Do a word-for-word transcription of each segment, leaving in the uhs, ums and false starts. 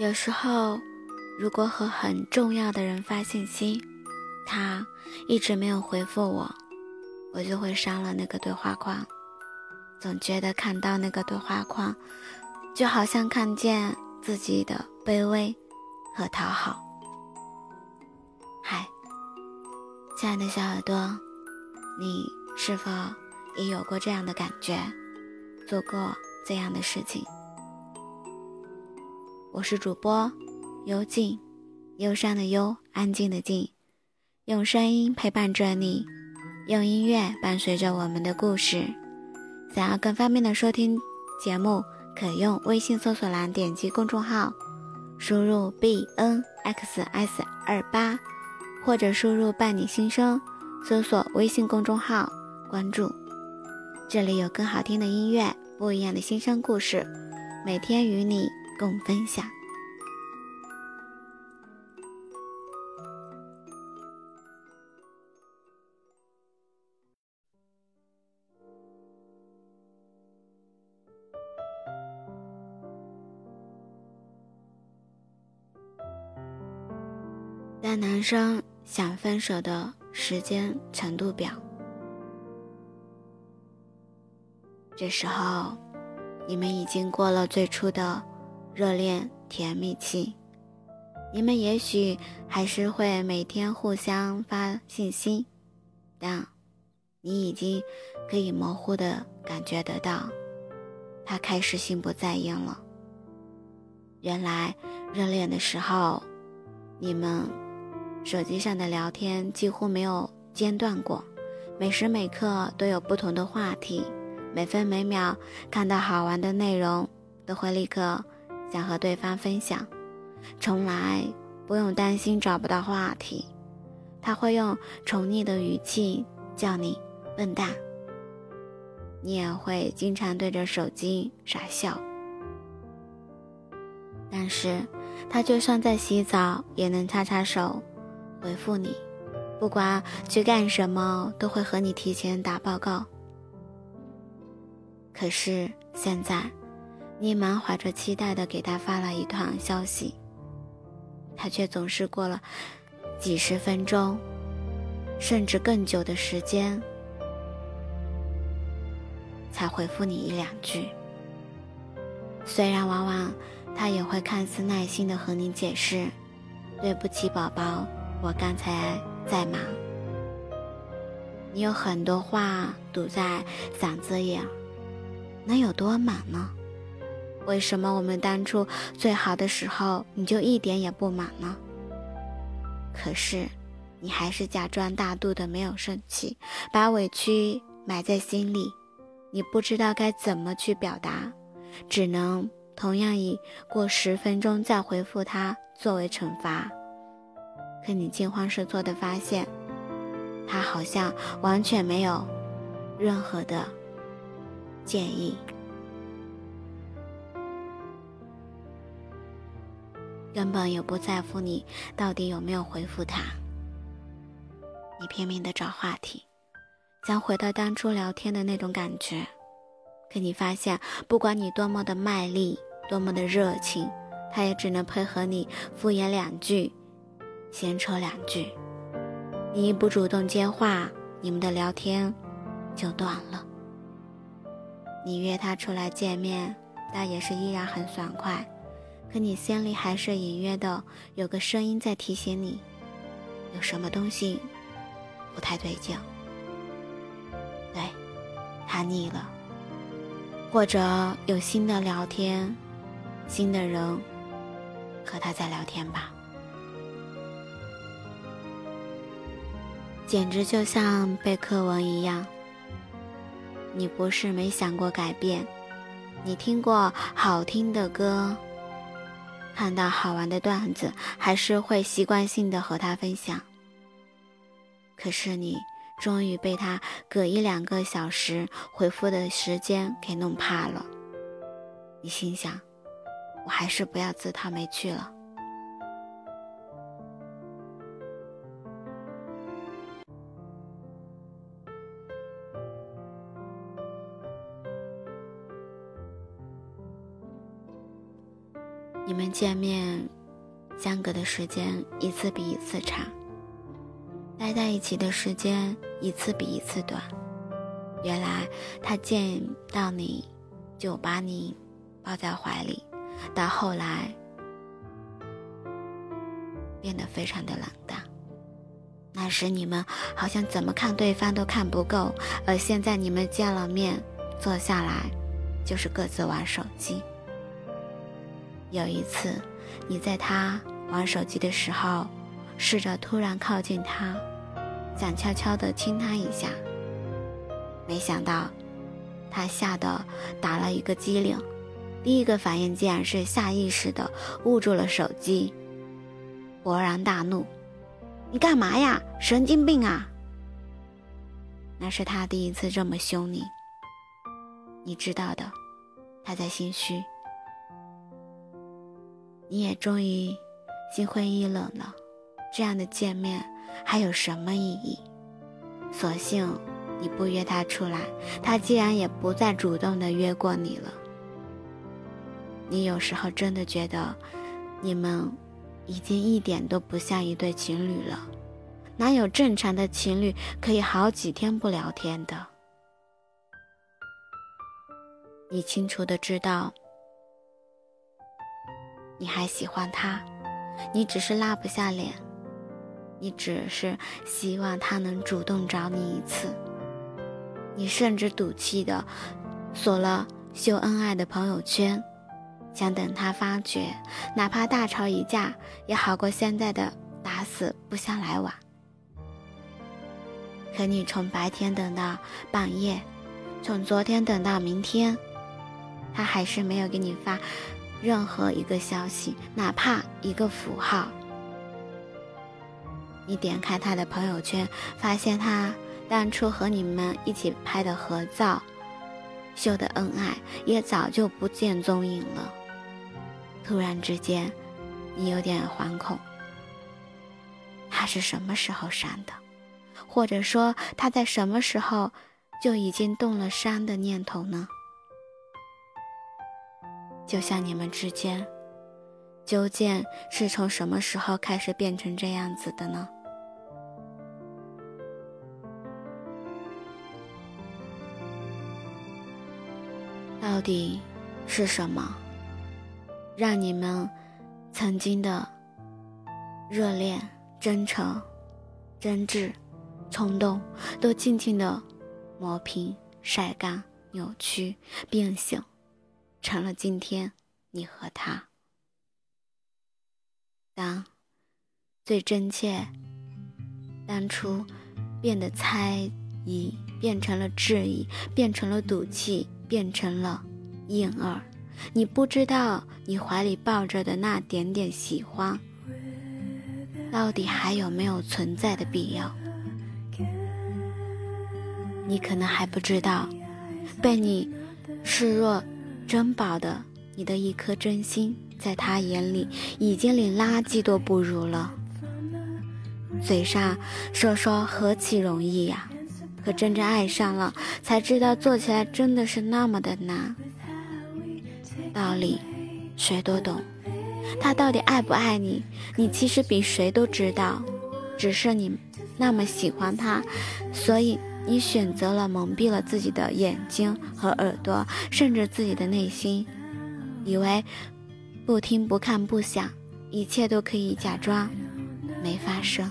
有时候如果和很重要的人发信息，他一直没有回复我，我就会删了那个对话框。总觉得看到那个对话框，就好像看见自己的卑微和讨好。嗨，亲爱的小耳朵，你是否也有过这样的感觉，做过这样的事情？我是主播幽静，忧伤的忧，安静的静，用声音陪伴着你，用音乐伴随着我们的故事。想要更方便的收听节目，可用微信搜索栏点击公众号，输入 B N X S 二八，或者输入伴你心声，搜索微信公众号关注。这里有更好听的音乐，不一样的心声故事，每天与你共分享。当男生想分手的时间程度表，这时候你们已经过了最初的热恋甜蜜期，你们也许还是会每天互相发信息，但你已经可以模糊地感觉得到他开始心不在焉了。原来热恋的时候，你们手机上的聊天几乎没有间断过，每时每刻都有不同的话题，每分每秒看到好玩的内容都会立刻想和对方分享，从来不用担心找不到话题。他会用宠溺的语气叫你笨蛋，你也会经常对着手机傻笑。但是他就算在洗澡也能擦擦手回复你，不管去干什么都会和你提前打报告。可是现在你满怀着期待地给他发了一条消息，他却总是过了几十分钟甚至更久的时间才回复你一两句。虽然往往他也会看似耐心地和你解释，对不起宝宝，我刚才在忙。你有很多话堵在嗓子眼，能有多满呢？为什么我们当初最好的时候你就一点也不满呢？可是你还是假装大度的没有生气，把委屈埋在心里，你不知道该怎么去表达，只能同样以过十分钟再回复他作为惩罚。可你惊慌失措地发现，他好像完全没有任何的建议，根本也不在乎你到底有没有回复他。你拼命地找话题，想回到当初聊天的那种感觉，可你发现不管你多么的卖力，多么的热情，他也只能配合你敷衍两句，闲扯两句。你一不主动接话，你们的聊天就断了。你约他出来见面，他也是依然很爽快，可你心里还是隐约的有个声音在提醒你，有什么东西不太对劲。对，他腻了，或者有新的聊天，新的人和他在聊天吧。简直就像背课文一样，你不是没想过改变，你听过好听的歌，看到好玩的段子，还是会习惯性的和他分享。可是你终于被他隔一两个小时回复的时间给弄怕了，你心想，我还是不要自讨没趣了。 你们见面相隔的时间一次比一次长，待在一起的时间一次比一次短。原来他见到你就把你抱在怀里，到后来变得非常的冷淡。那时你们好像怎么看对方都看不够，而现在你们见了面，坐下来就是各自玩手机。有一次你在他玩手机的时候，试着突然靠近他，想悄悄地亲他一下，没想到他吓得打了一个激灵，第一个反应竟然是下意识地握住了手机，勃然大怒：你干嘛呀？神经病啊！那是他第一次这么凶你，你知道的，他在心虚。你也终于心灰意冷了，这样的见面还有什么意义？索性你不约他出来，他既然也不再主动地约过你了。你有时候真的觉得你们已经一点都不像一对情侣了，哪有正常的情侣可以好几天不聊天的？你清楚地知道你还喜欢他，你只是拉不下脸，你只是希望他能主动找你一次。你甚至赌气的锁了秀恩爱的朋友圈，想等他发觉，哪怕大吵一架也好过现在的打死不相来往。可你从白天等到半夜，从昨天等到明天，他还是没有给你发任何一个消息，哪怕一个符号。你点开他的朋友圈，发现他当初和你们一起拍的合照，秀的恩爱也早就不见踪影了。突然之间你有点惶恐，他是什么时候删的？或者说他在什么时候就已经动了删的念头呢？就像你们之间究竟是从什么时候开始变成这样子的呢？到底是什么让你们曾经的热恋、真诚、真挚、冲动都静静的磨平、晒干、扭曲、变形，成了今天你和他？当最真切当初变得猜疑变成了质疑，变成了赌气，变成了厌恶，你不知道你怀里抱着的那点点喜欢到底还有没有存在的必要。你可能还不知道，被你视若珍宝的你的一颗真心，在他眼里已经连垃圾都不如了。嘴上说说何其容易呀，可真正爱上了才知道做起来真的是那么的难。道理谁都懂，他到底爱不爱你，你其实比谁都知道，只是你那么喜欢他，所以你选择了蒙蔽了自己的眼睛和耳朵，甚至自己的内心，以为不听不看不想，一切都可以假装没发生。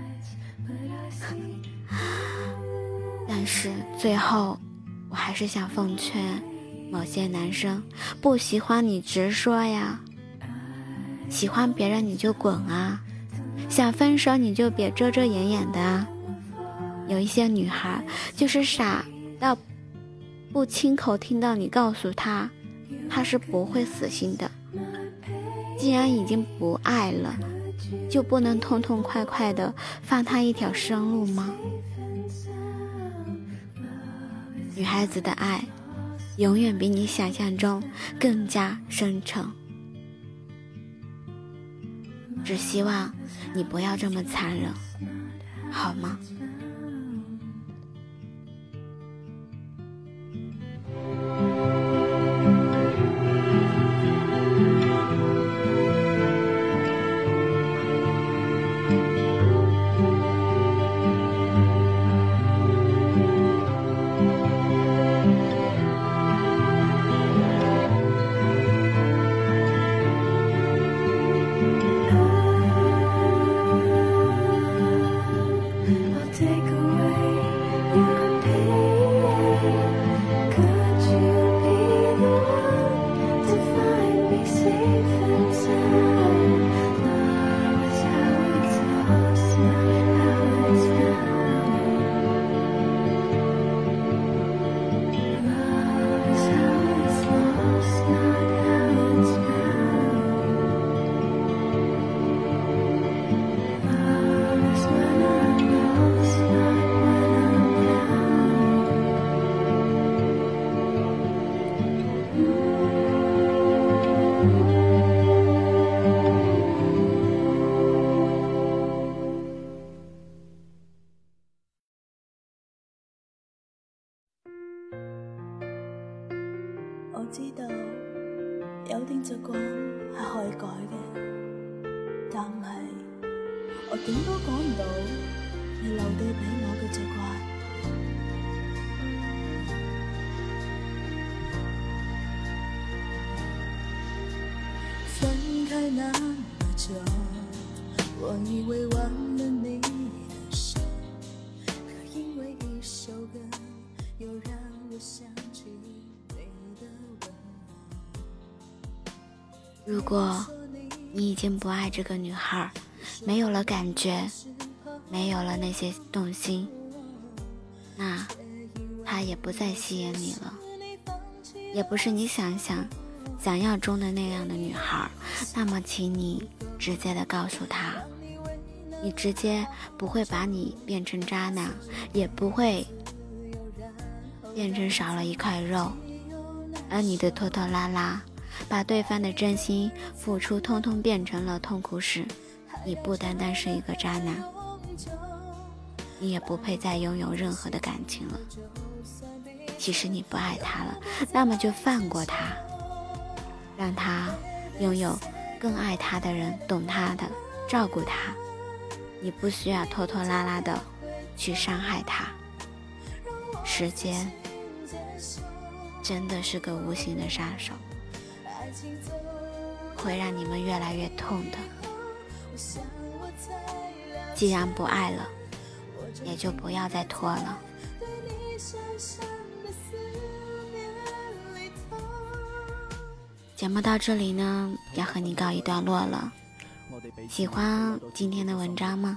但是最后我还是想奉劝某些男生，不喜欢你直说呀，喜欢别人你就滚啊，想分手你就别遮遮掩掩的啊。有一些女孩就是傻到不亲口听到你告诉她，她是不会死心的。既然已经不爱了，就不能痛痛快快的放她一条生路吗？女孩子的爱永远比你想象中更加深沉，只希望你不要这么残忍，好吗？ 我知道有啲習慣係可以改嘅，但係我點都改唔到你留低俾我嘅習慣。分開那麼久，我以為忘了你的手，可因為一首歌又讓我想起如果你已经不爱这个女孩，没有了感觉，没有了那些动心，那她也不再吸引你了，也不是你想想想要中的那样的女孩，那么请你直接的告诉她，你直接不会把你变成渣男，也不会变成少了一块肉，而你的拖拖拉拉把对方的真心付出通通变成了痛苦时，你不单单是一个渣男，你也不配再拥有任何的感情了。其实你不爱他了，那么就放过他，让他拥有更爱他的人，懂他的，照顾他。你不需要拖拖拉拉的去伤害他。时间真的是个无形的杀手，会让你们越来越痛的。既然不爱了，也就不要再拖了。节目到这里呢，要和你告一段落了。喜欢今天的文章吗？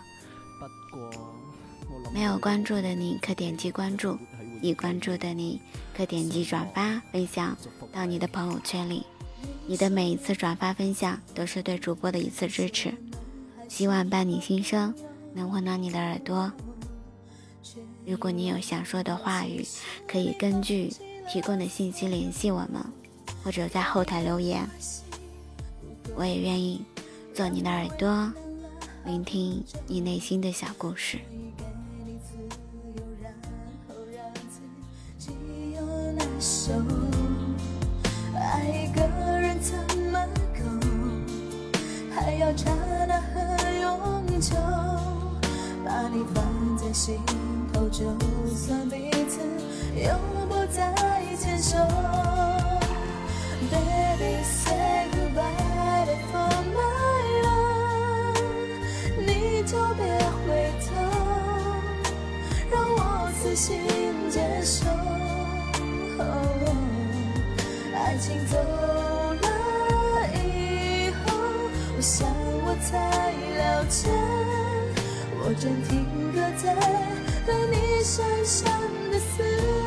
没有关注的你可点击关注，已关注的你可点击转发分享到你的朋友圈里。你的每一次转发分享都是对主播的一次支持，希望伴你心声，能温暖你的耳朵。如果你有想说的话语，可以根据提供的信息联系我们，或者在后台留言，我也愿意做你的耳朵，聆听你内心的小故事。 爱一个人怎么够，还要刹那和永久，把你放在心头，就算彼此又不再牵手。 Baby say goodbye for my love， 你就别回头，让我死心接受。Oh， 爱情走了以后，我想我才了解，我正停格在对你深深的思念。